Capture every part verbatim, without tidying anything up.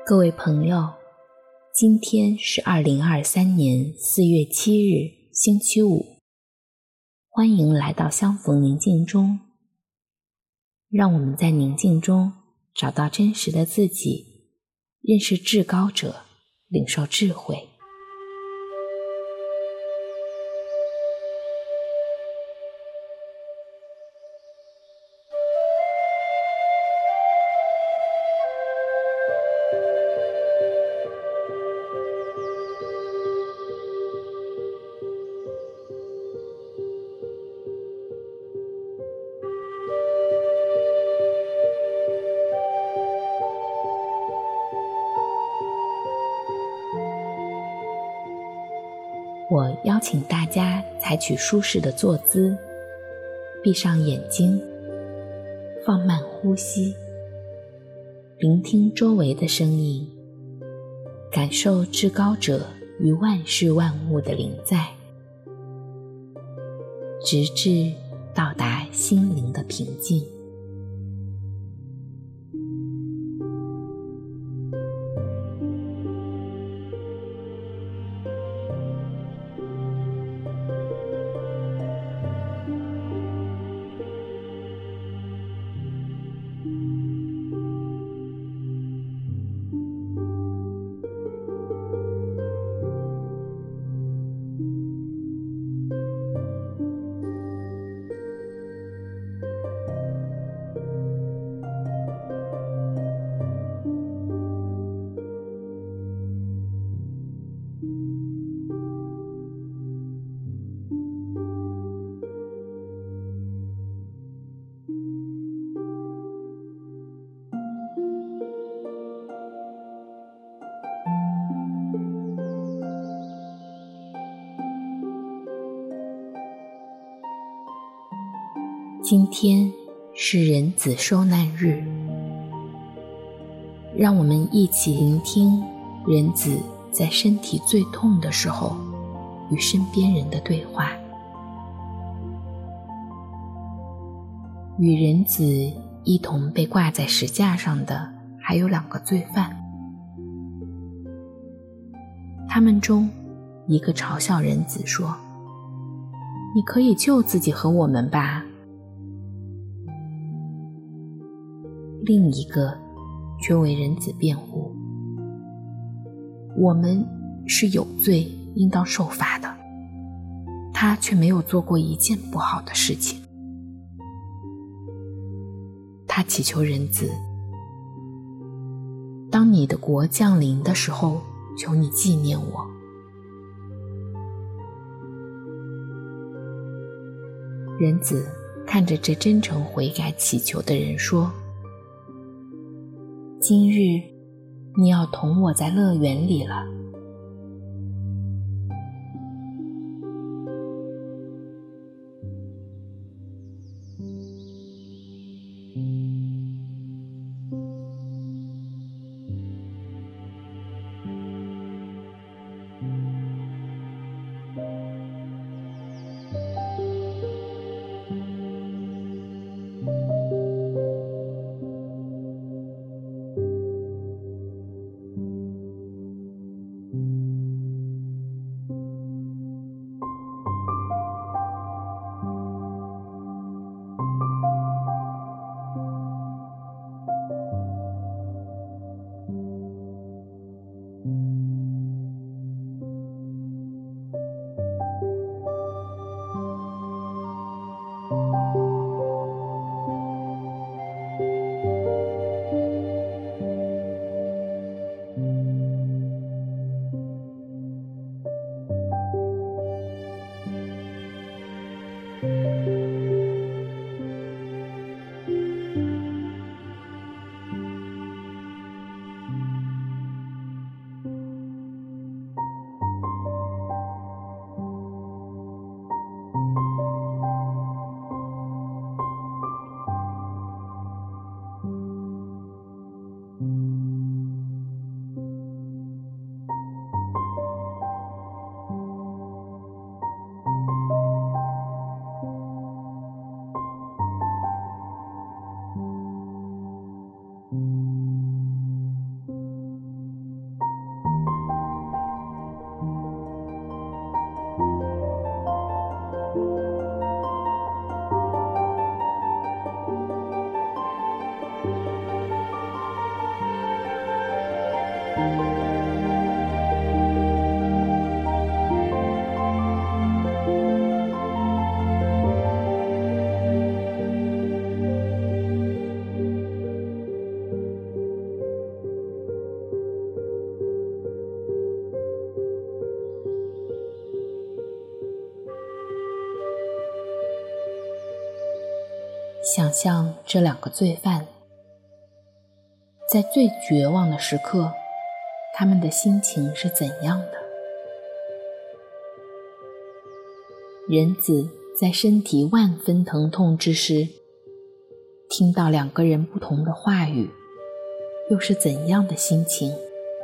各位朋友，今天是二零二三年四月七日，星期五。欢迎来到相逢宁静中，让我们在宁静中找到真实的自己，认识至高者，领受智慧。我邀请大家采取舒适的坐姿，闭上眼睛，放慢呼吸，聆听周围的声音，感受至高者与万事万物的临在，直至到达心灵的平静。今天是人子受难日，让我们一起聆听人子在身体最痛的时候与身边人的对话。与人子一同被挂在石架上的还有两个罪犯，他们中一个嘲笑人子说：“你可以救自己和我们吧。”另一个却为人子辩护：“我们是有罪应当受罚的，他却没有做过一件不好的事情。”他祈求人子：“当你的国降临的时候，求你纪念我。”人子看着这真诚悔改祈求的人说：“今日你要同我在乐园里了。” 想象这两个罪犯在最绝望的时刻，他们的心情是怎样的？仁子在身体万分疼痛之时，听到两个人不同的话语，又是怎样的心情？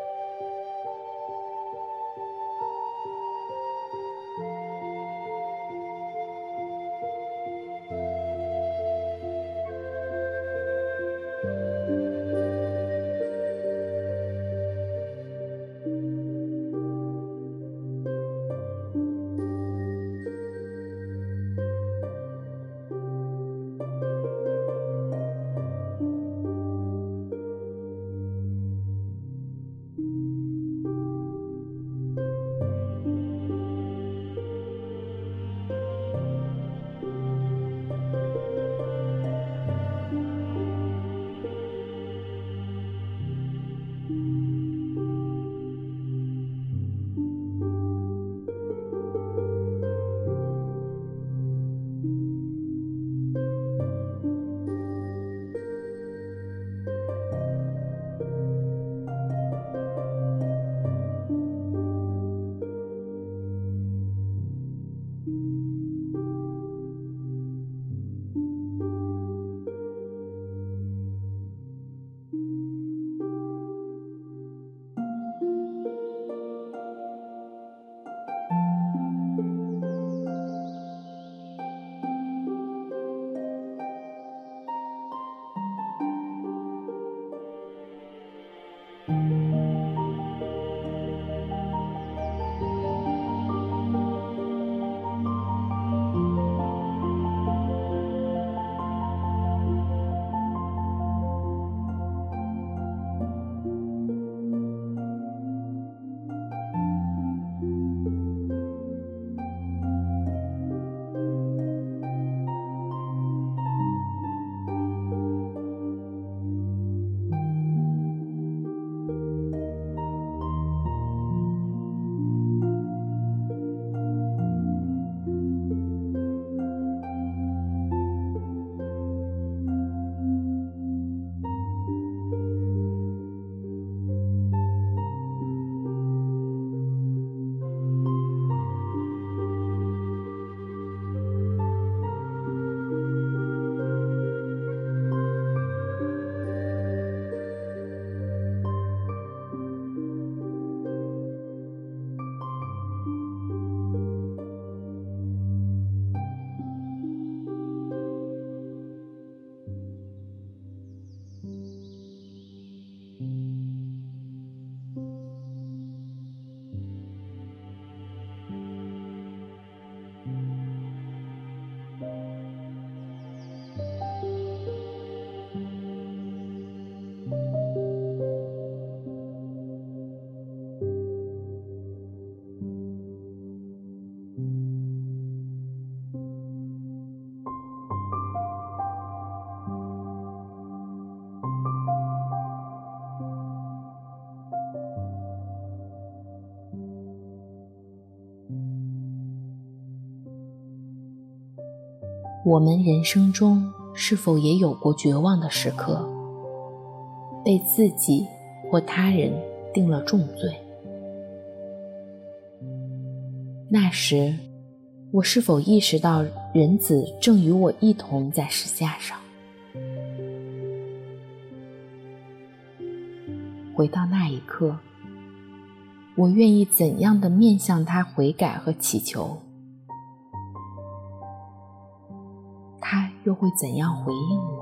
我们人生中是否也有过绝望的时刻，被自己或他人定了重罪？那时，我是否意识到仁子正与我一同在石架上？回到那一刻，我愿意怎样的面向他悔改和祈求？他又会怎样回应我？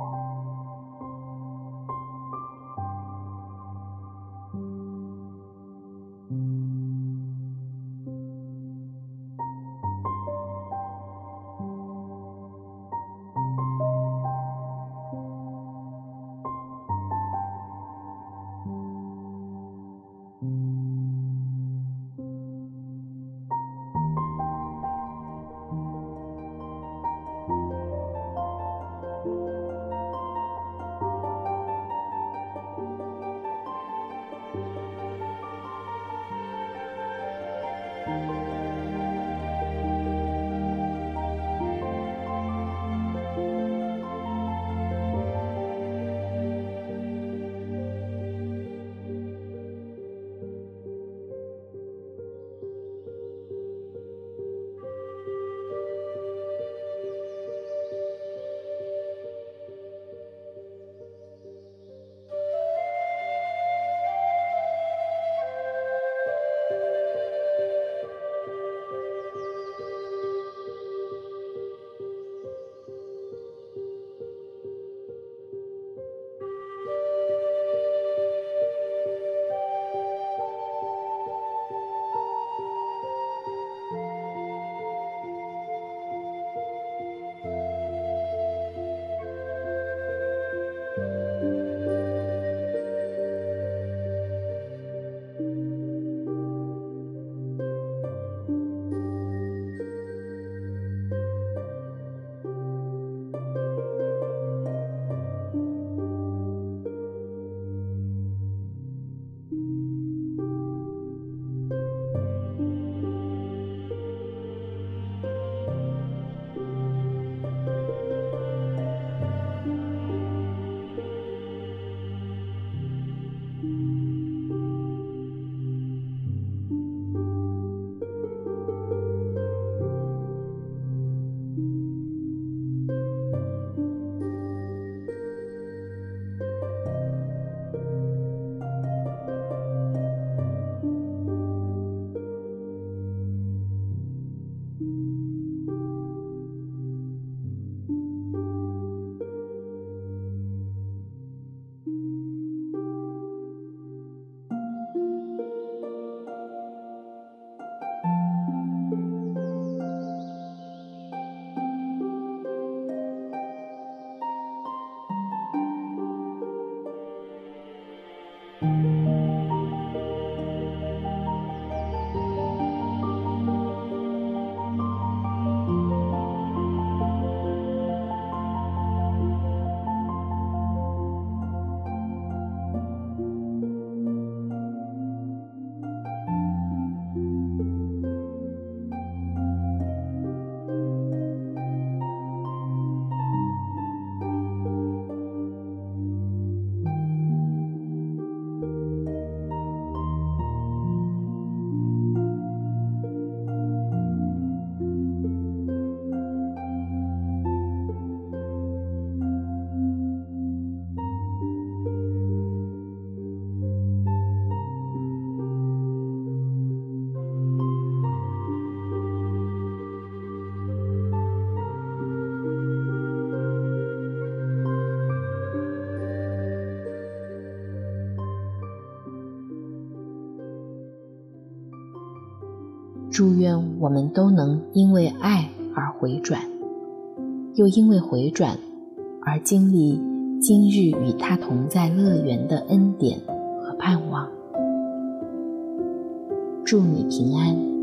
祝愿我们都能因为爱而回转，又因为回转而经历今日与他同在乐园的恩典和盼望。祝你平安。